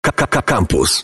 Campus.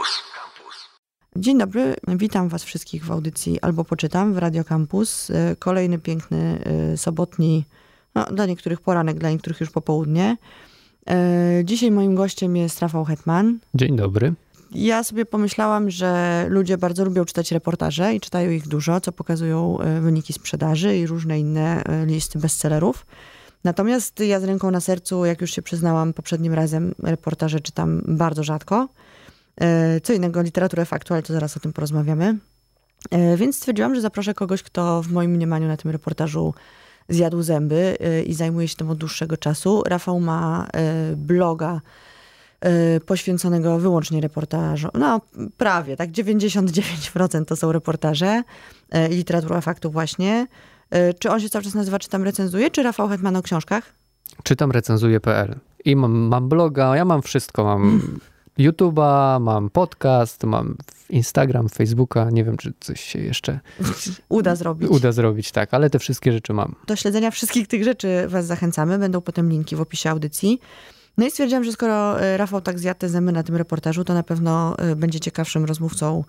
Dzień dobry, witam Was wszystkich w audycji Albo Poczytam w Radio Campus. Kolejny piękny sobotni, dla niektórych poranek, dla niektórych już popołudnie. Dzisiaj moim gościem jest Rafał Hetman. Dzień dobry. Ja sobie pomyślałam, że ludzie bardzo lubią czytać reportaże i czytają ich dużo, co pokazują wyniki sprzedaży i różne inne listy bestsellerów. Natomiast ja z ręką na sercu, jak już się przyznałam poprzednim razem, reportaże czytam bardzo rzadko. Co innego literaturę faktu, ale to zaraz o tym porozmawiamy. Więc stwierdziłam, że zaproszę kogoś, kto w moim mniemaniu na tym reportażu zjadł zęby i zajmuje się tym od dłuższego czasu. Rafał ma bloga poświęconego wyłącznie reportażom. No prawie, tak 99% to są reportaże. Literatura faktu właśnie. Czy on się cały czas nazywa Czytam Recenzuje, czy Rafał Hetman o książkach? Czytam recenzuje.pl i mam bloga, ja mam wszystko. Mam YouTube'a, mam podcast, mam Instagram, Facebooka. Nie wiem, czy coś się jeszcze uda zrobić. Uda zrobić, tak, ale te wszystkie rzeczy mam. Do śledzenia wszystkich tych rzeczy Was zachęcamy. Będą potem linki w opisie audycji. No i stwierdziłam, że skoro Rafał tak zjadł te zęby na tym reportażu, to na pewno będzie ciekawszym rozmówcą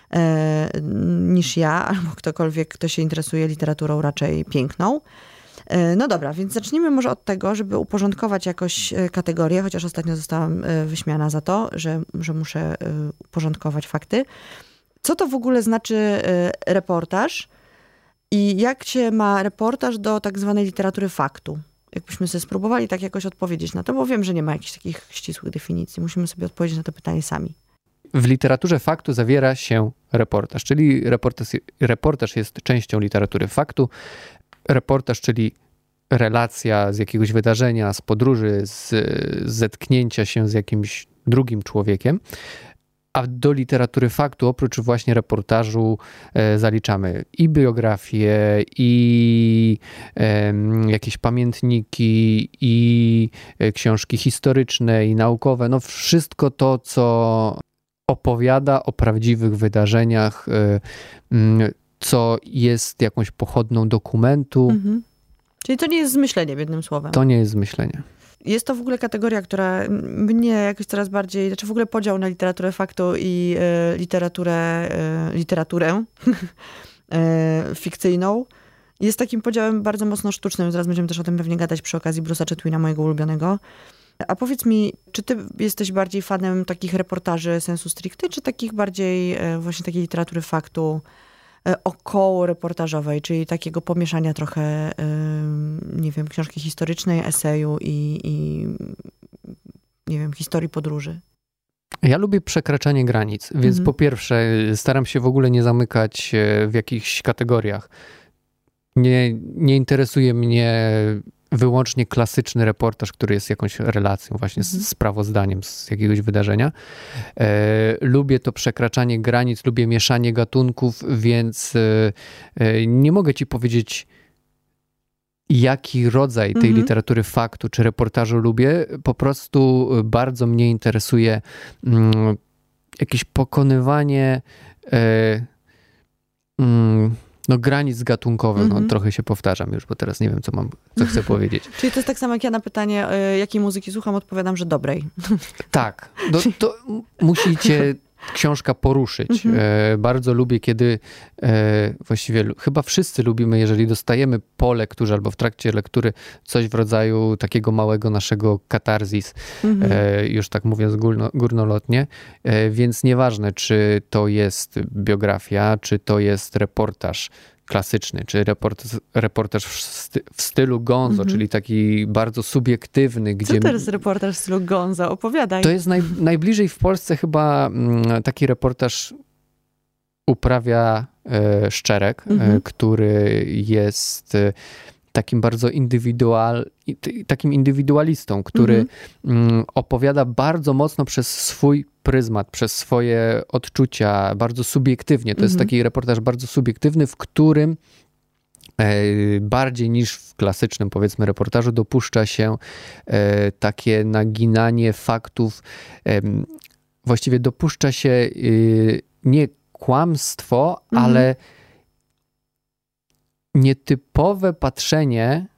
niż ja, albo ktokolwiek, kto się interesuje literaturą raczej piękną. No dobra, więc zacznijmy może od tego, żeby uporządkować jakoś kategorie, chociaż ostatnio zostałam wyśmiana za to, że muszę uporządkować fakty. Co to w ogóle znaczy reportaż i jak się ma reportaż do tak zwanej literatury faktu? Jakbyśmy sobie spróbowali tak jakoś odpowiedzieć na to, bo wiem, że nie ma jakichś takich ścisłych definicji. Musimy sobie odpowiedzieć na to pytanie sami. W literaturze faktu zawiera się reportaż, czyli reportaż jest częścią literatury faktu. Reportaż, czyli relacja z jakiegoś wydarzenia, z podróży, z zetknięcia się z jakimś drugim człowiekiem. A do literatury faktu, oprócz właśnie reportażu, zaliczamy i biografie, i jakieś pamiętniki, i książki historyczne, i naukowe. No wszystko to, co opowiada o prawdziwych wydarzeniach, co jest jakąś pochodną dokumentu. Mhm. Czyli to nie jest zmyślenie, jednym słowem. To nie jest zmyślenie. Jest to w ogóle kategoria, która mnie jakoś coraz bardziej, znaczy w ogóle podział na literaturę faktu i literaturę fikcyjną jest takim podziałem bardzo mocno sztucznym. Zaraz będziemy też o tym pewnie gadać przy okazji Bruce'a Chatwina, mojego ulubionego. A powiedz mi, czy ty jesteś bardziej fanem takich reportaży sensu stricte, czy takich bardziej właśnie takiej literatury faktu około reportażowej, czyli takiego pomieszania trochę, nie wiem, książki historycznej, eseju i nie wiem, historii podróży? Ja lubię przekraczanie granic, więc po pierwsze staram się w ogóle nie zamykać w jakichś kategoriach. Nie interesuje mnie wyłącznie klasyczny reportaż, który jest jakąś relacją, właśnie z sprawozdaniem z jakiegoś wydarzenia. Lubię to przekraczanie granic, lubię mieszanie gatunków, więc nie mogę ci powiedzieć, jaki rodzaj tej literatury faktu czy reportażu lubię. Po prostu bardzo mnie interesuje jakieś pokonywanie granic gatunkowych. No, trochę się powtarzam już, bo teraz nie wiem, co chcę powiedzieć. Czyli to jest tak samo jak ja na pytanie, jakiej muzyki słucham, odpowiadam, że dobrej. Tak. To musi cię książka poruszyć. Bardzo lubię, kiedy właściwie chyba wszyscy lubimy, jeżeli dostajemy po lekturze albo w trakcie lektury coś w rodzaju takiego małego naszego katarzis, już tak mówiąc górnolotnie, więc nieważne, czy to jest biografia, czy to jest reportaż klasyczny, czy reportaż w stylu gonzo, czyli taki bardzo subiektywny. Gdzie... Co to jest reportaż w stylu gonzo? Opowiadaj. To jest najbliżej w Polsce chyba taki reportaż uprawia Szczerek, który jest takim bardzo takim indywidualistą, który opowiada bardzo mocno przez swój pryzmat, przez swoje odczucia, bardzo subiektywnie. To jest taki reportaż bardzo subiektywny, w którym bardziej niż w klasycznym, powiedzmy, reportażu dopuszcza się takie naginanie faktów. Właściwie dopuszcza się nie kłamstwo, ale nietypowe patrzenie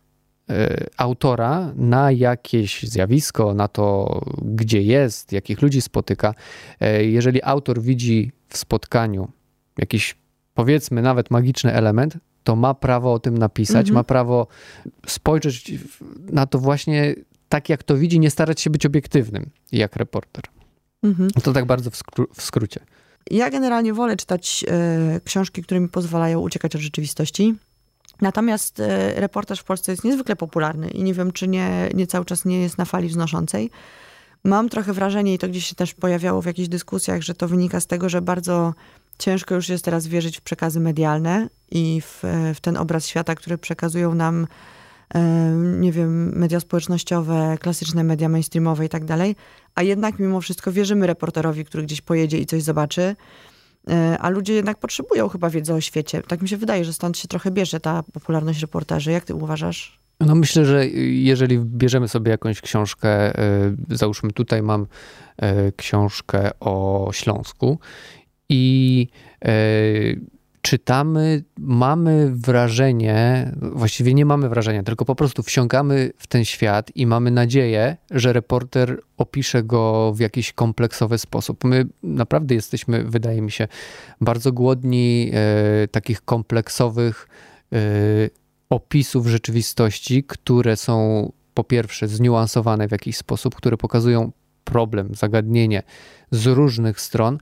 autora na jakieś zjawisko, na to, gdzie jest, jakich ludzi spotyka. Jeżeli autor widzi w spotkaniu jakiś, powiedzmy, nawet magiczny element, to ma prawo o tym napisać, ma prawo spojrzeć na to właśnie tak, jak to widzi, nie starać się być obiektywnym, jak reporter. To tak bardzo w skrócie. Ja generalnie wolę czytać książki, które mi pozwalają uciekać od rzeczywistości. Natomiast reportaż w Polsce jest niezwykle popularny i nie wiem, czy nie cały czas nie jest na fali wznoszącej. Mam trochę wrażenie, i to gdzieś się też pojawiało w jakichś dyskusjach, że to wynika z tego, że bardzo ciężko już jest teraz wierzyć w przekazy medialne i w ten obraz świata, który przekazują nam, nie wiem, media społecznościowe, klasyczne media mainstreamowe i tak dalej. A jednak mimo wszystko wierzymy reporterowi, który gdzieś pojedzie i coś zobaczy. A ludzie jednak potrzebują chyba wiedzy o świecie. Tak mi się wydaje, że stąd się trochę bierze ta popularność reportaży. Jak ty uważasz? No myślę, że jeżeli bierzemy sobie jakąś książkę, załóżmy tutaj mam książkę o Śląsku i czytamy, mamy wrażenie, właściwie nie mamy wrażenia, tylko po prostu wsiąkamy w ten świat i mamy nadzieję, że reporter opisze go w jakiś kompleksowy sposób. My naprawdę jesteśmy, wydaje mi się, bardzo głodni takich kompleksowych opisów rzeczywistości, które są po pierwsze zniuansowane w jakiś sposób, które pokazują problem, zagadnienie z różnych stron,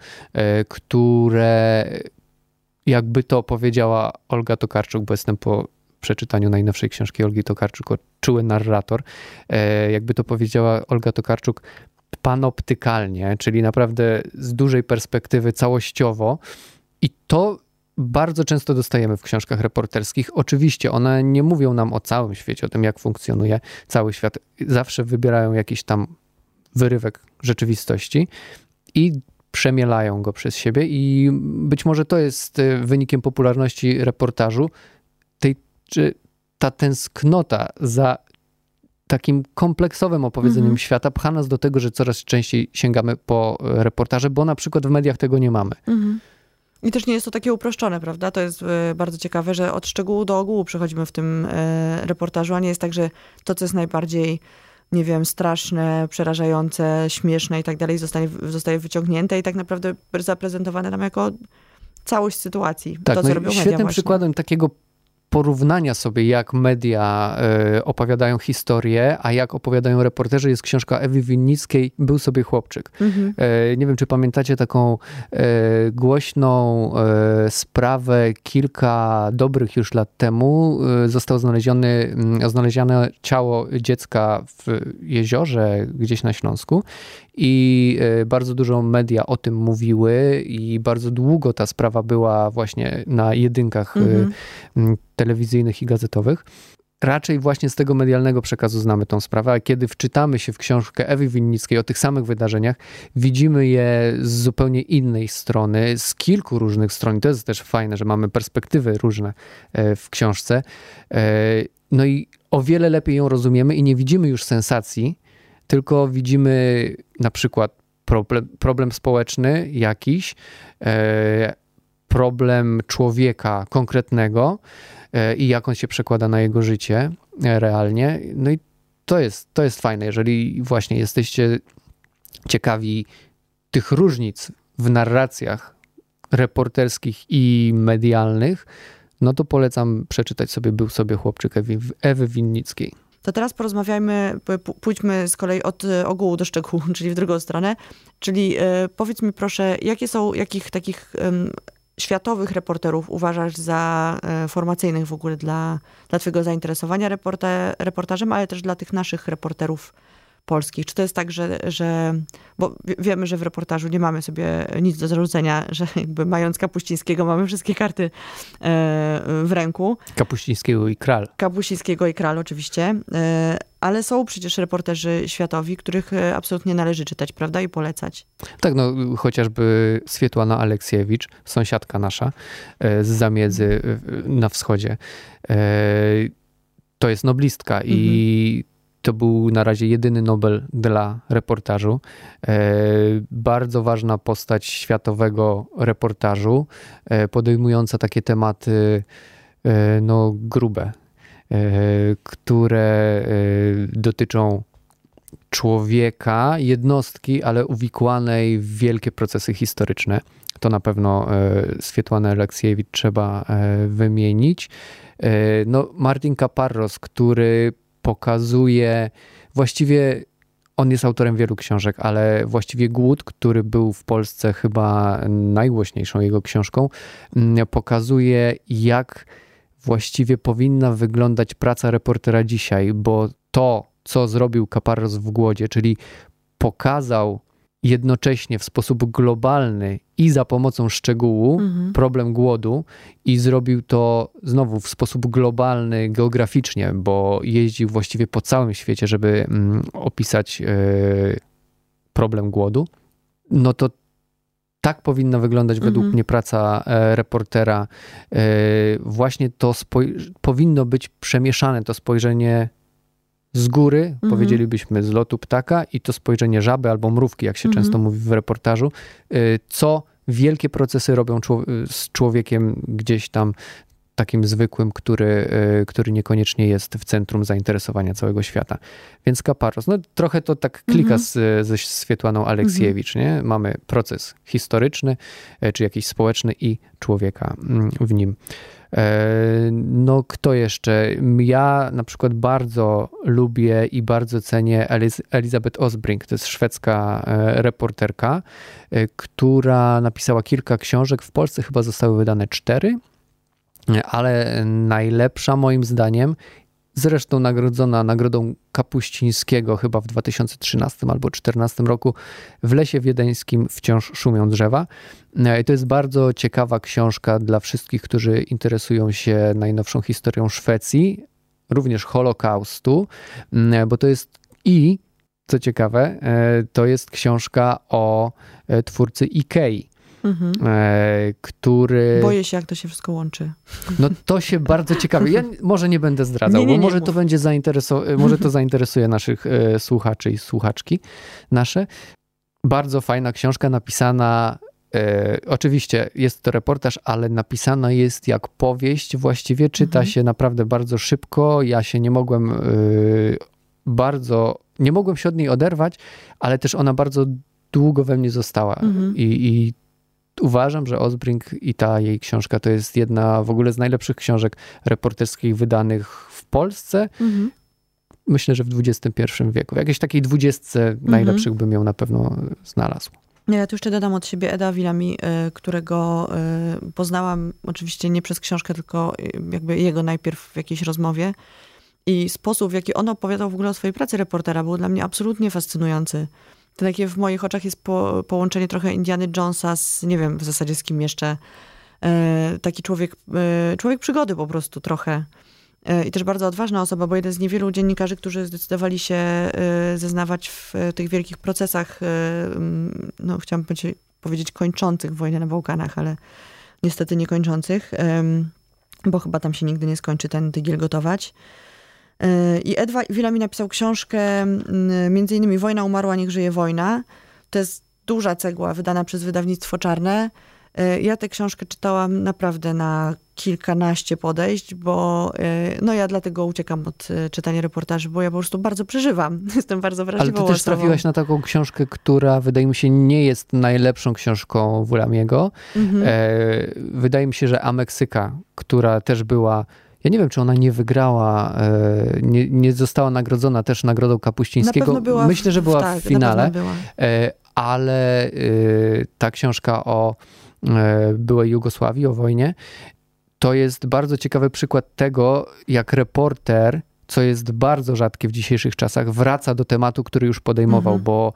które, jakby to powiedziała Olga Tokarczuk, bo jestem po przeczytaniu najnowszej książki Olgi Tokarczuk o Czuły narrator, jakby to powiedziała Olga Tokarczuk, panoptykalnie, czyli naprawdę z dużej perspektywy całościowo, i to bardzo często dostajemy w książkach reporterskich. Oczywiście one nie mówią nam o całym świecie, o tym, jak funkcjonuje cały świat. Zawsze wybierają jakiś tam wyrywek rzeczywistości i przemielają go przez siebie, i być może to jest wynikiem popularności reportażu, ta tęsknota za takim kompleksowym opowiedzeniem świata pcha nas do tego, że coraz częściej sięgamy po reportaże, bo na przykład w mediach tego nie mamy. I też nie jest to takie uproszczone, prawda? To jest bardzo ciekawe, że od szczegółu do ogółu przechodzimy w tym reportażu, a nie jest tak, że to, co jest najbardziej, nie wiem, straszne, przerażające, śmieszne i tak dalej, zostaje wyciągnięte i tak naprawdę zaprezentowane nam jako całość sytuacji. Tak, to, co robią media świetnym właśnie. przykładem takiego porównania sobie, jak media opowiadają historię, a jak opowiadają reporterzy, jest książka Ewy Winnickiej Był sobie chłopczyk. Nie wiem, czy pamiętacie taką głośną sprawę kilka dobrych już lat temu. Zostało znalezione ciało dziecka w jeziorze gdzieś na Śląsku i bardzo dużo media o tym mówiły i bardzo długo ta sprawa była właśnie na jedynkach telewizyjnych i gazetowych. Raczej właśnie z tego medialnego przekazu znamy tą sprawę, a kiedy wczytamy się w książkę Ewy Winnickiej o tych samych wydarzeniach, widzimy je z zupełnie innej strony, z kilku różnych stron. I to jest też fajne, że mamy perspektywy różne w książce. No i o wiele lepiej ją rozumiemy i nie widzimy już sensacji, tylko widzimy na przykład problem społeczny jakiś, problem człowieka konkretnego i jak on się przekłada na jego życie realnie. No i to jest fajne, jeżeli właśnie jesteście ciekawi tych różnic w narracjach reporterskich i medialnych, no to polecam przeczytać sobie Był sobie chłopczyk Ewy Winnickiej. To teraz porozmawiajmy, pójdźmy z kolei od ogółu do szczegółu, czyli w drugą stronę. Czyli powiedz mi proszę, jakich takich światowych reporterów uważasz za formacyjnych w ogóle dla twojego zainteresowania reportażem, ale też dla tych naszych reporterów polskich? Czy to jest tak, że bo wiemy, że w reportażu nie mamy sobie nic do zarzucenia, że jakby mając Kapuścińskiego mamy wszystkie karty w ręku. Kapuścińskiego i Kral. Kapuścińskiego i Kral oczywiście, ale są przecież reporterzy światowi, których absolutnie należy czytać, prawda, i polecać. Tak, no chociażby Swietłana Aleksiewicz, sąsiadka nasza z Zamiedzy na wschodzie. To jest noblistka i to był na razie jedyny Nobel dla reportażu. Bardzo ważna postać światowego reportażu, podejmująca takie tematy no, grube. które dotyczą człowieka, jednostki, ale uwikłanej w wielkie procesy historyczne. To na pewno Swiatłanę Aleksiejewicz trzeba wymienić. No, Martin Kaparros, który pokazuje, właściwie on jest autorem wielu książek, ale właściwie Głód, który był w Polsce chyba najgłośniejszą jego książką, pokazuje, jak właściwie powinna wyglądać praca reportera dzisiaj, bo to, co zrobił Kaparros w Głodzie, czyli pokazał jednocześnie w sposób globalny i za pomocą szczegółu problem głodu i zrobił to znowu w sposób globalny geograficznie, bo jeździł właściwie po całym świecie, żeby opisać problem głodu. No to tak powinna wyglądać według mnie praca reportera. Właśnie to powinno być przemieszane, to spojrzenie z góry, powiedzielibyśmy z lotu ptaka, i to spojrzenie żaby albo mrówki, jak się często mówi w reportażu, co wielkie procesy robią z człowiekiem gdzieś tam takim zwykłym, który niekoniecznie jest w centrum zainteresowania całego świata. Więc Kaparros, no trochę to tak klika ze Swiatłaną Aleksiejewicz, nie? Mamy proces historyczny, czy jakiś społeczny i człowieka w nim. No kto jeszcze? Ja na przykład bardzo lubię i bardzo cenię Elisabeth Osbrink, to jest szwedzka reporterka, która napisała kilka książek, w Polsce chyba zostały wydane 4, ale najlepsza moim zdaniem, zresztą nagrodzona Nagrodą Kapuścińskiego chyba w 2013 albo 2014 roku, W lesie wiedeńskim wciąż szumią drzewa. I to jest bardzo ciekawa książka dla wszystkich, którzy interesują się najnowszą historią Szwecji, również Holokaustu, bo to jest co ciekawe, to jest książka o twórcy Ikei, który... Boję się, jak to się wszystko łączy. No to się bardzo ciekawi. Ja może nie będę zdradzał, bo może to będzie może to zainteresuje naszych słuchaczy i słuchaczki nasze. Bardzo fajna książka napisana, oczywiście jest to reportaż, ale napisana jest jak powieść. Właściwie czyta się naprawdę bardzo szybko. Ja się nie mogłem się od niej oderwać, ale też ona bardzo długo we mnie została. I uważam, że Osbrink i ta jej książka to jest jedna w ogóle z najlepszych książek reporterskich wydanych w Polsce. Myślę, że w XXI wieku. W jakiejś takiej 20 najlepszych bym ją na pewno znalazł. Ja tu jeszcze dodam od siebie Eda Willami, którego poznałam oczywiście nie przez książkę, tylko jakby jego najpierw w jakiejś rozmowie. I sposób, w jaki on opowiadał w ogóle o swojej pracy reportera, był dla mnie absolutnie fascynujący. To takie w moich oczach jest połączenie trochę Indiana Jonesa z, nie wiem w zasadzie z kim jeszcze, taki człowiek przygody po prostu trochę. I też bardzo odważna osoba, bo jeden z niewielu dziennikarzy, którzy zdecydowali się zeznawać w tych wielkich procesach, no chciałam powiedzieć kończących wojnę na Bałkanach, ale niestety nie kończących, bo chyba tam się nigdy nie skończy ten tygiel gotować. I Ed Willami napisał książkę, między innymi Wojna umarła, niech żyje wojna. To jest duża cegła wydana przez wydawnictwo Czarne. Ja tę książkę czytałam naprawdę na kilkanaście podejść, bo no ja dlatego uciekam od czytania reportaży, bo ja po prostu bardzo przeżywam. Jestem bardzo wrażliwą osobą. Ale ty też trafiłaś na taką książkę, która wydaje mi się nie jest najlepszą książką Willamiego. Wydaje mi się, że Ameksyka, która też była... Ja nie wiem, czy ona nie wygrała, nie została nagrodzona też Nagrodą Kapuścińskiego. Myślę, że była w finale, ale ta książka o byłej Jugosławii, o wojnie, to jest bardzo ciekawy przykład tego, jak reporter, co jest bardzo rzadkie w dzisiejszych czasach, wraca do tematu, który już podejmował, bo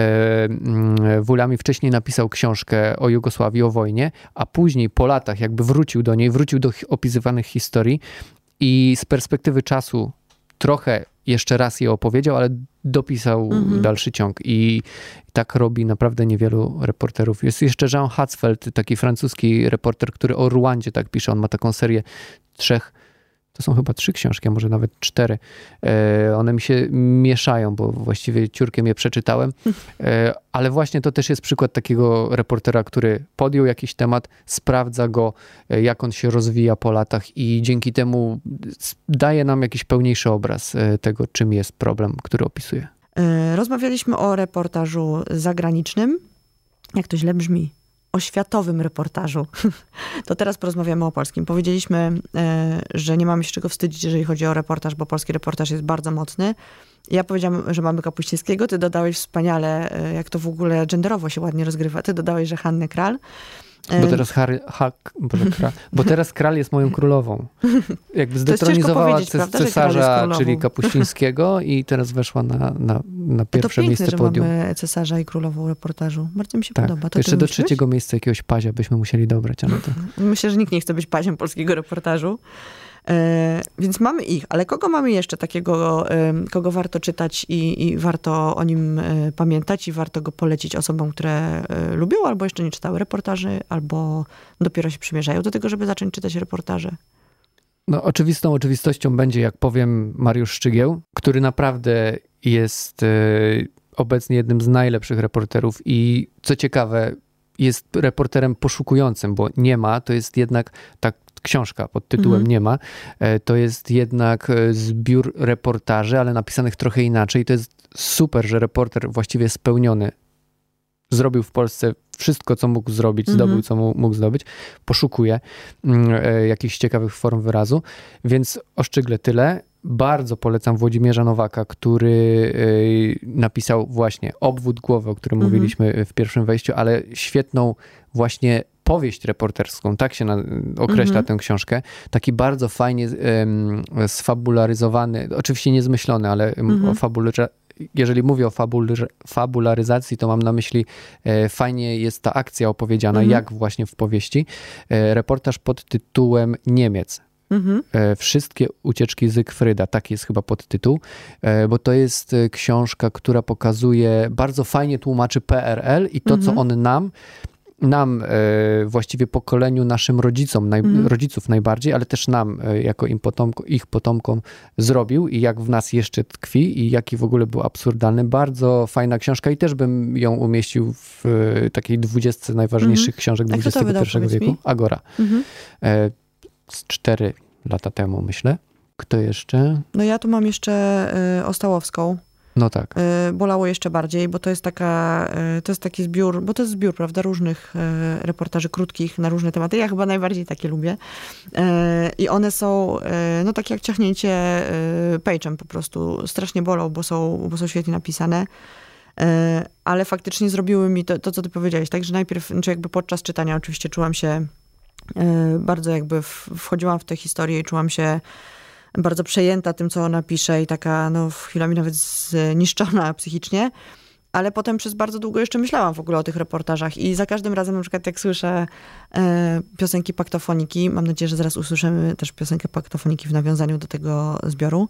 Willami wcześniej napisał książkę o Jugosławii, o wojnie, a później po latach jakby wrócił do opisywanych historii i z perspektywy czasu trochę jeszcze raz je opowiedział, ale dopisał dalszy ciąg i tak robi naprawdę niewielu reporterów. Jest jeszcze Jean Hatzfeld, taki francuski reporter, który o Ruandzie tak pisze. On ma taką serię To są chyba 3 książki, a może nawet 4. One mi się mieszają, bo właściwie ciurkiem je przeczytałem. Ale właśnie to też jest przykład takiego reportera, który podjął jakiś temat, sprawdza go, jak on się rozwija po latach i dzięki temu daje nam jakiś pełniejszy obraz tego, czym jest problem, który opisuje. Rozmawialiśmy o reportażu zagranicznym. Jak to źle brzmi? O światowym reportażu. To teraz porozmawiamy o polskim. Powiedzieliśmy, że nie mamy się czego wstydzić, jeżeli chodzi o reportaż, bo polski reportaż jest bardzo mocny. Ja powiedziałam, że mamy Kapuścińskiego, ty dodałeś wspaniale, jak to w ogóle genderowo się ładnie rozgrywa. Ty dodałeś, że Hannę Kral. Bo teraz Kral jest moją królową. Jakby zdetronizowała cesarza, czyli Kapuścińskiego i teraz weszła na pierwsze miejsce podium. To piękne, że mamy cesarza i królową reportażu. Bardzo mi się podoba. To jeszcze do 3. miejsca jakiegoś pazia byśmy musieli dobrać. Ale to... Myślę, że nikt nie chce być paziem polskiego reportażu. Więc mamy ich, ale kogo mamy jeszcze takiego, kogo warto czytać i warto o nim pamiętać i warto go polecić osobom, które lubią albo jeszcze nie czytały reportaży, albo dopiero się przymierzają do tego, żeby zacząć czytać reportaże? No, oczywistą oczywistością będzie, jak powiem, Mariusz Szczygieł, który naprawdę jest obecnie jednym z najlepszych reporterów i co ciekawe, jest reporterem poszukującym, bo Nie ma, to jest jednak tak książka pod tytułem Nie ma, to jest jednak zbiór reportaży, ale napisanych trochę inaczej. I to jest super, że reporter właściwie spełniony zrobił w Polsce wszystko, co mógł zrobić, zdobył, co mógł zdobyć, poszukuje jakichś ciekawych form wyrazu. Więc o Szczygle tyle. Bardzo polecam Włodzimierza Nowaka, który napisał właśnie Obwód głowy, o którym mówiliśmy w pierwszym wejściu, ale świetną właśnie powieść reporterską, tak się określa tę książkę. Taki bardzo fajnie sfabularyzowany, oczywiście niezmyślony, ale jeżeli mówię o fabularyzacji, to mam na myśli, fajnie jest ta akcja opowiedziana, jak właśnie w powieści. Reportaż pod tytułem Niemiec. Wszystkie ucieczki Zygfryda, taki jest chyba podtytuł, bo to jest książka, która pokazuje, bardzo fajnie tłumaczy PRL i to, co on nam, właściwie pokoleniu, naszym rodzicom, rodziców najbardziej, ale też nam, jako ich potomkom zrobił i jak w nas jeszcze tkwi i jaki w ogóle był absurdalny. Bardzo fajna książka i też bym ją umieścił w takiej 20 najważniejszych książek XXI wieku. Agora. Z 4 lata temu, myślę. Kto jeszcze? No ja tu mam jeszcze Ostałowską. No tak. Bolało jeszcze bardziej, bo to jest taki zbiór, bo to jest zbiór, prawda, różnych reportaży krótkich na różne tematy. Ja chyba najbardziej takie lubię. I one są, no tak jak ciachnięcie page'em po prostu. Strasznie bolą, bo są świetnie napisane. Ale faktycznie zrobiły mi to, co ty powiedziałeś, tak, że najpierw, czy jakby podczas czytania oczywiście czułam się bardzo jakby wchodziłam w tę historię i czułam się bardzo przejęta tym, co ona pisze i taka, no, chwilami nawet zniszczona psychicznie, ale potem przez bardzo długo jeszcze myślałam w ogóle o tych reportażach i za każdym razem, na przykład jak słyszę piosenki Paktofoniki, mam nadzieję, że zaraz usłyszymy też piosenkę Paktofoniki w nawiązaniu do tego zbioru,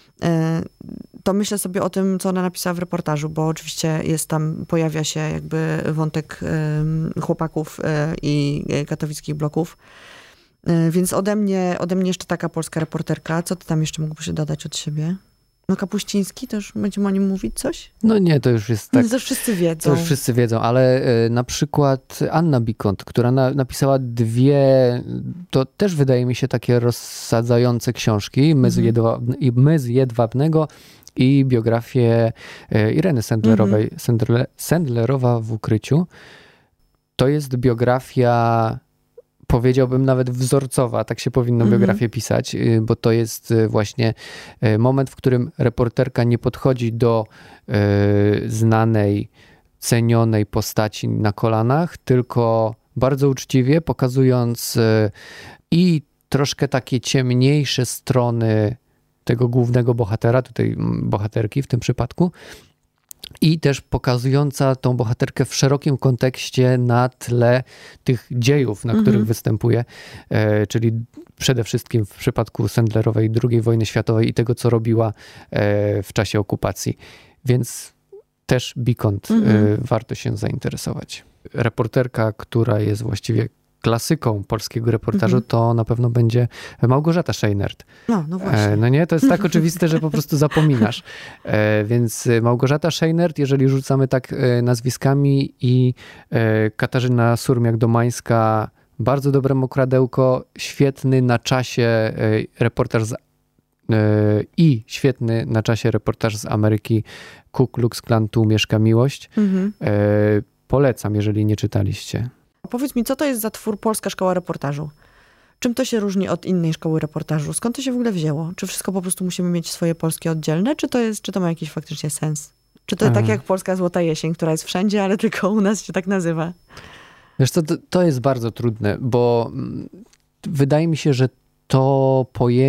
to myślę sobie o tym, co ona napisała w reportażu, bo oczywiście pojawia się jakby wątek chłopaków i katowickich bloków. Więc ode mnie jeszcze taka polska reporterka. Co ty tam jeszcze mógłbyś dodać od siebie? No Kapuściński, to już będziemy o nim mówić coś? No nie, to już jest tak. To już wszyscy wiedzą. To już wszyscy wiedzą, ale na przykład Anna Bikont, która napisała 2, to też wydaje mi się takie rozsadzające książki, My z Jedwabnego i biografię Ireny Sendlerowej, Sendlerowa w ukryciu. To jest biografia, powiedziałbym nawet wzorcowa, tak się powinno biografię pisać, bo to jest właśnie moment, w którym reporterka nie podchodzi do znanej, cenionej postaci na kolanach, tylko bardzo uczciwie pokazując i troszkę takie ciemniejsze strony tego głównego bohatera, tutaj bohaterki w tym przypadku, i też pokazująca tą bohaterkę w szerokim kontekście na tle tych dziejów, na których występuje, czyli przede wszystkim w przypadku Sendlerowej II wojny światowej i tego, co robiła w czasie okupacji. Więc też Bikont warto się zainteresować. Reporterka, która jest właściwie klasyką polskiego reportażu, to na pewno będzie Małgorzata Scheinert. No właśnie. No nie, to jest tak oczywiste, że po prostu zapominasz. Więc Małgorzata Scheinert, jeżeli rzucamy tak nazwiskami, i Katarzyna Surmiak-Domańska, bardzo dobre mokradełko, świetny na czasie reportaż świetny na czasie reportaż z Ameryki, Ku Klux Klan, tu mieszka miłość. Polecam, jeżeli nie czytaliście. Powiedz mi, co to jest za twór Polska Szkoła Reportażu? Czym to się różni od innej szkoły reportażu? Skąd to się w ogóle wzięło? Czy wszystko po prostu musimy mieć swoje polskie oddzielne? Czy to ma jakiś faktycznie sens? Czy to tak jak Polska Złota Jesień, która jest wszędzie, ale tylko u nas się tak nazywa? Wiesz co, to jest bardzo trudne, bo wydaje mi się, że w to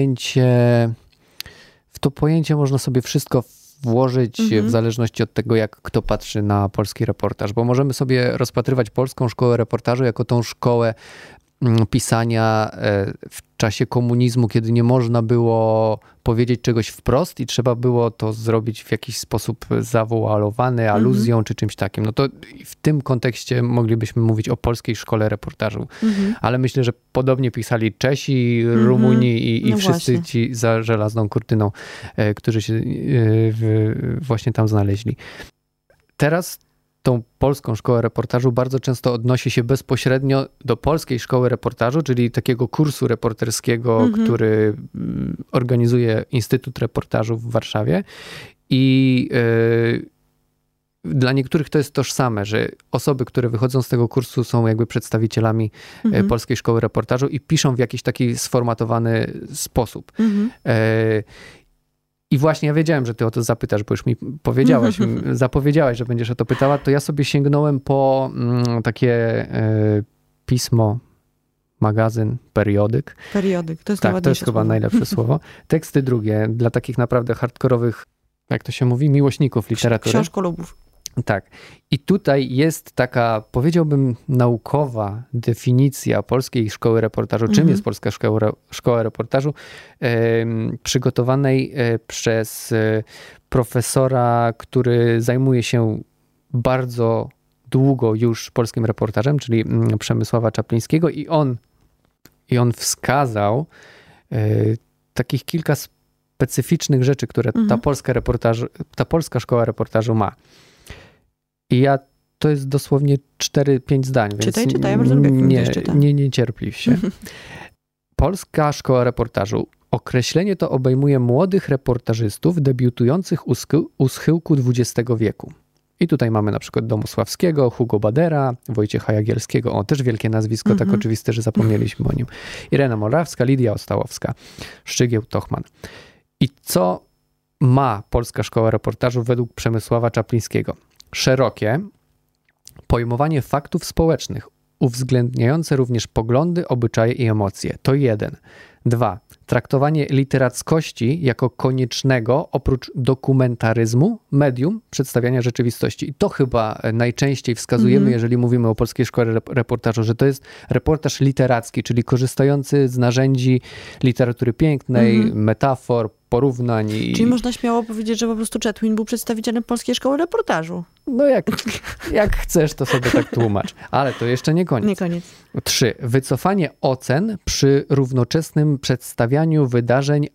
pojęcie można sobie wszystko włożyć w zależności od tego, jak kto patrzy na polski reportaż, bo możemy sobie rozpatrywać polską szkołę reportażu jako tą szkołę pisania w czasie komunizmu, kiedy nie można było powiedzieć czegoś wprost i trzeba było to zrobić w jakiś sposób zawoalowany, aluzją czy czymś takim. No to w tym kontekście moglibyśmy mówić o polskiej szkole reportażu. Ale myślę, że podobnie pisali Czesi, Rumuni i wszyscy ci za żelazną kurtyną, którzy się właśnie tam znaleźli. Teraz tą polską szkołę reportażu bardzo często odnosi się bezpośrednio do polskiej szkoły reportażu, czyli takiego kursu reporterskiego, który organizuje Instytut Reportażu w Warszawie. I dla niektórych to jest tożsame, że osoby, które wychodzą z tego kursu, są jakby przedstawicielami polskiej szkoły reportażu i piszą w jakiś taki sformatowany sposób. I właśnie ja wiedziałem, że ty o to zapytasz, bo już mi zapowiedziałaś, że będziesz o to pytała, to ja sobie sięgnąłem po takie pismo, magazyn, periodyk. Periodyk, to jest tak, to jest chyba najlepsze słowo. Teksty drugie, dla takich naprawdę hardkorowych, jak to się mówi, miłośników literatury. Książkolubów. Tak. I tutaj jest taka, powiedziałbym, naukowa definicja polskiej szkoły reportażu. Czym jest polska szkoła reportażu? Przygotowanej przez profesora, który zajmuje się bardzo długo już polskim reportażem, czyli Przemysława Czaplińskiego, i on wskazał takich kilka specyficznych rzeczy, które ta polska szkoła reportażu ma. I to jest dosłownie 4-5 zdań. Czytaj, ja bardzo lubię, nie cierpliw się. Polska szkoła reportażu. Określenie to obejmuje młodych reportażystów debiutujących u schyłku XX wieku. I tutaj mamy na przykład Domosławskiego, Hugo Badera, Wojciecha Jagielskiego. Też wielkie nazwisko, tak oczywiste, że zapomnieliśmy o nim. Irena Morawska, Lidia Ostałowska, Szczygieł, Tochman. I co ma Polska Szkoła Reportażu według Przemysława Czaplińskiego? Szerokie pojmowanie faktów społecznych, uwzględniające również poglądy, obyczaje i emocje. To 1. 2. Traktowanie literackości jako koniecznego, oprócz dokumentaryzmu, medium przedstawiania rzeczywistości. I to chyba najczęściej wskazujemy, jeżeli mówimy o polskiej szkole reportażu, że to jest reportaż literacki, czyli korzystający z narzędzi literatury pięknej, metafor, porównań. Czyli można śmiało powiedzieć, że po prostu Czetwin był przedstawicielem polskiej szkoły reportażu. No jak chcesz, to sobie tak tłumacz. Ale to jeszcze nie koniec. 3. Wycofanie ocen przy równoczesnym przedstawianiu wydarzeń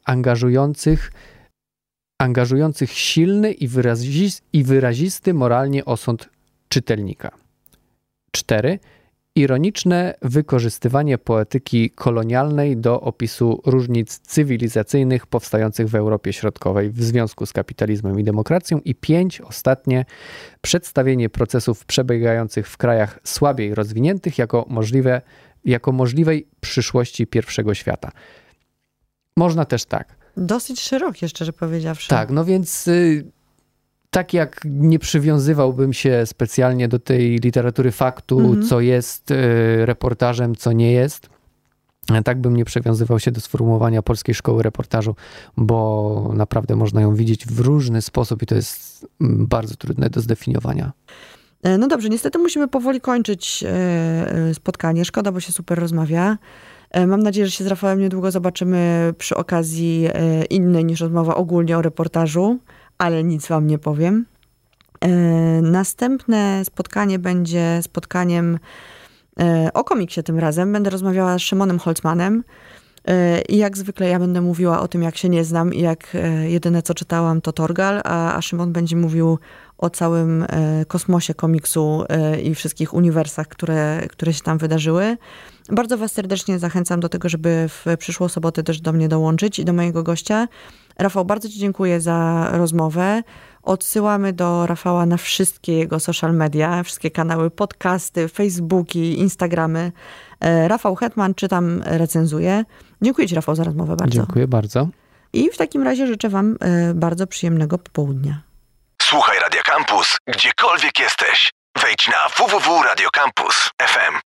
angażujących silny i wyrazisty moralnie osąd czytelnika. 4. Ironiczne wykorzystywanie poetyki kolonialnej do opisu różnic cywilizacyjnych powstających w Europie Środkowej w związku z kapitalizmem i demokracją. I 5. Ostatnie. Przedstawienie procesów przebiegających w krajach słabiej rozwiniętych jako możliwej przyszłości pierwszego świata. Można też tak. Dosyć szerokie, szczerze powiedziawszy. Tak, no więc tak jak nie przywiązywałbym się specjalnie do tej literatury faktu, co jest reportażem, co nie jest, tak bym nie przywiązywał się do sformułowania polskiej szkoły reportażu, bo naprawdę można ją widzieć w różny sposób i to jest bardzo trudne do zdefiniowania. No dobrze, niestety musimy powoli kończyć spotkanie. Szkoda, bo się super rozmawia. Mam nadzieję, że się z Rafałem niedługo zobaczymy przy okazji innej niż rozmowa ogólnie o reportażu, ale nic wam nie powiem. Następne spotkanie będzie spotkaniem O komiksie tym razem będę rozmawiała z Szymonem Holzmanem i jak zwykle ja będę mówiła o tym, jak się nie znam i jak jedyne co czytałam to Torgal, a Szymon będzie mówił o całym kosmosie komiksu i wszystkich uniwersach, które się tam wydarzyły. Bardzo was serdecznie zachęcam do tego, żeby w przyszłą sobotę też do mnie dołączyć i do mojego gościa. Rafał, bardzo ci dziękuję za rozmowę. Odsyłamy do Rafała na wszystkie jego social media, wszystkie kanały, podcasty, Facebooki, Instagramy. Rafał Hetman, czytam, recenzuję. Dziękuję ci, Rafał, za rozmowę bardzo. Dziękuję bardzo. I w takim razie życzę wam bardzo przyjemnego popołudnia. Słuchaj Radio Campus, gdziekolwiek jesteś. Wejdź na www.radiocampus.fm.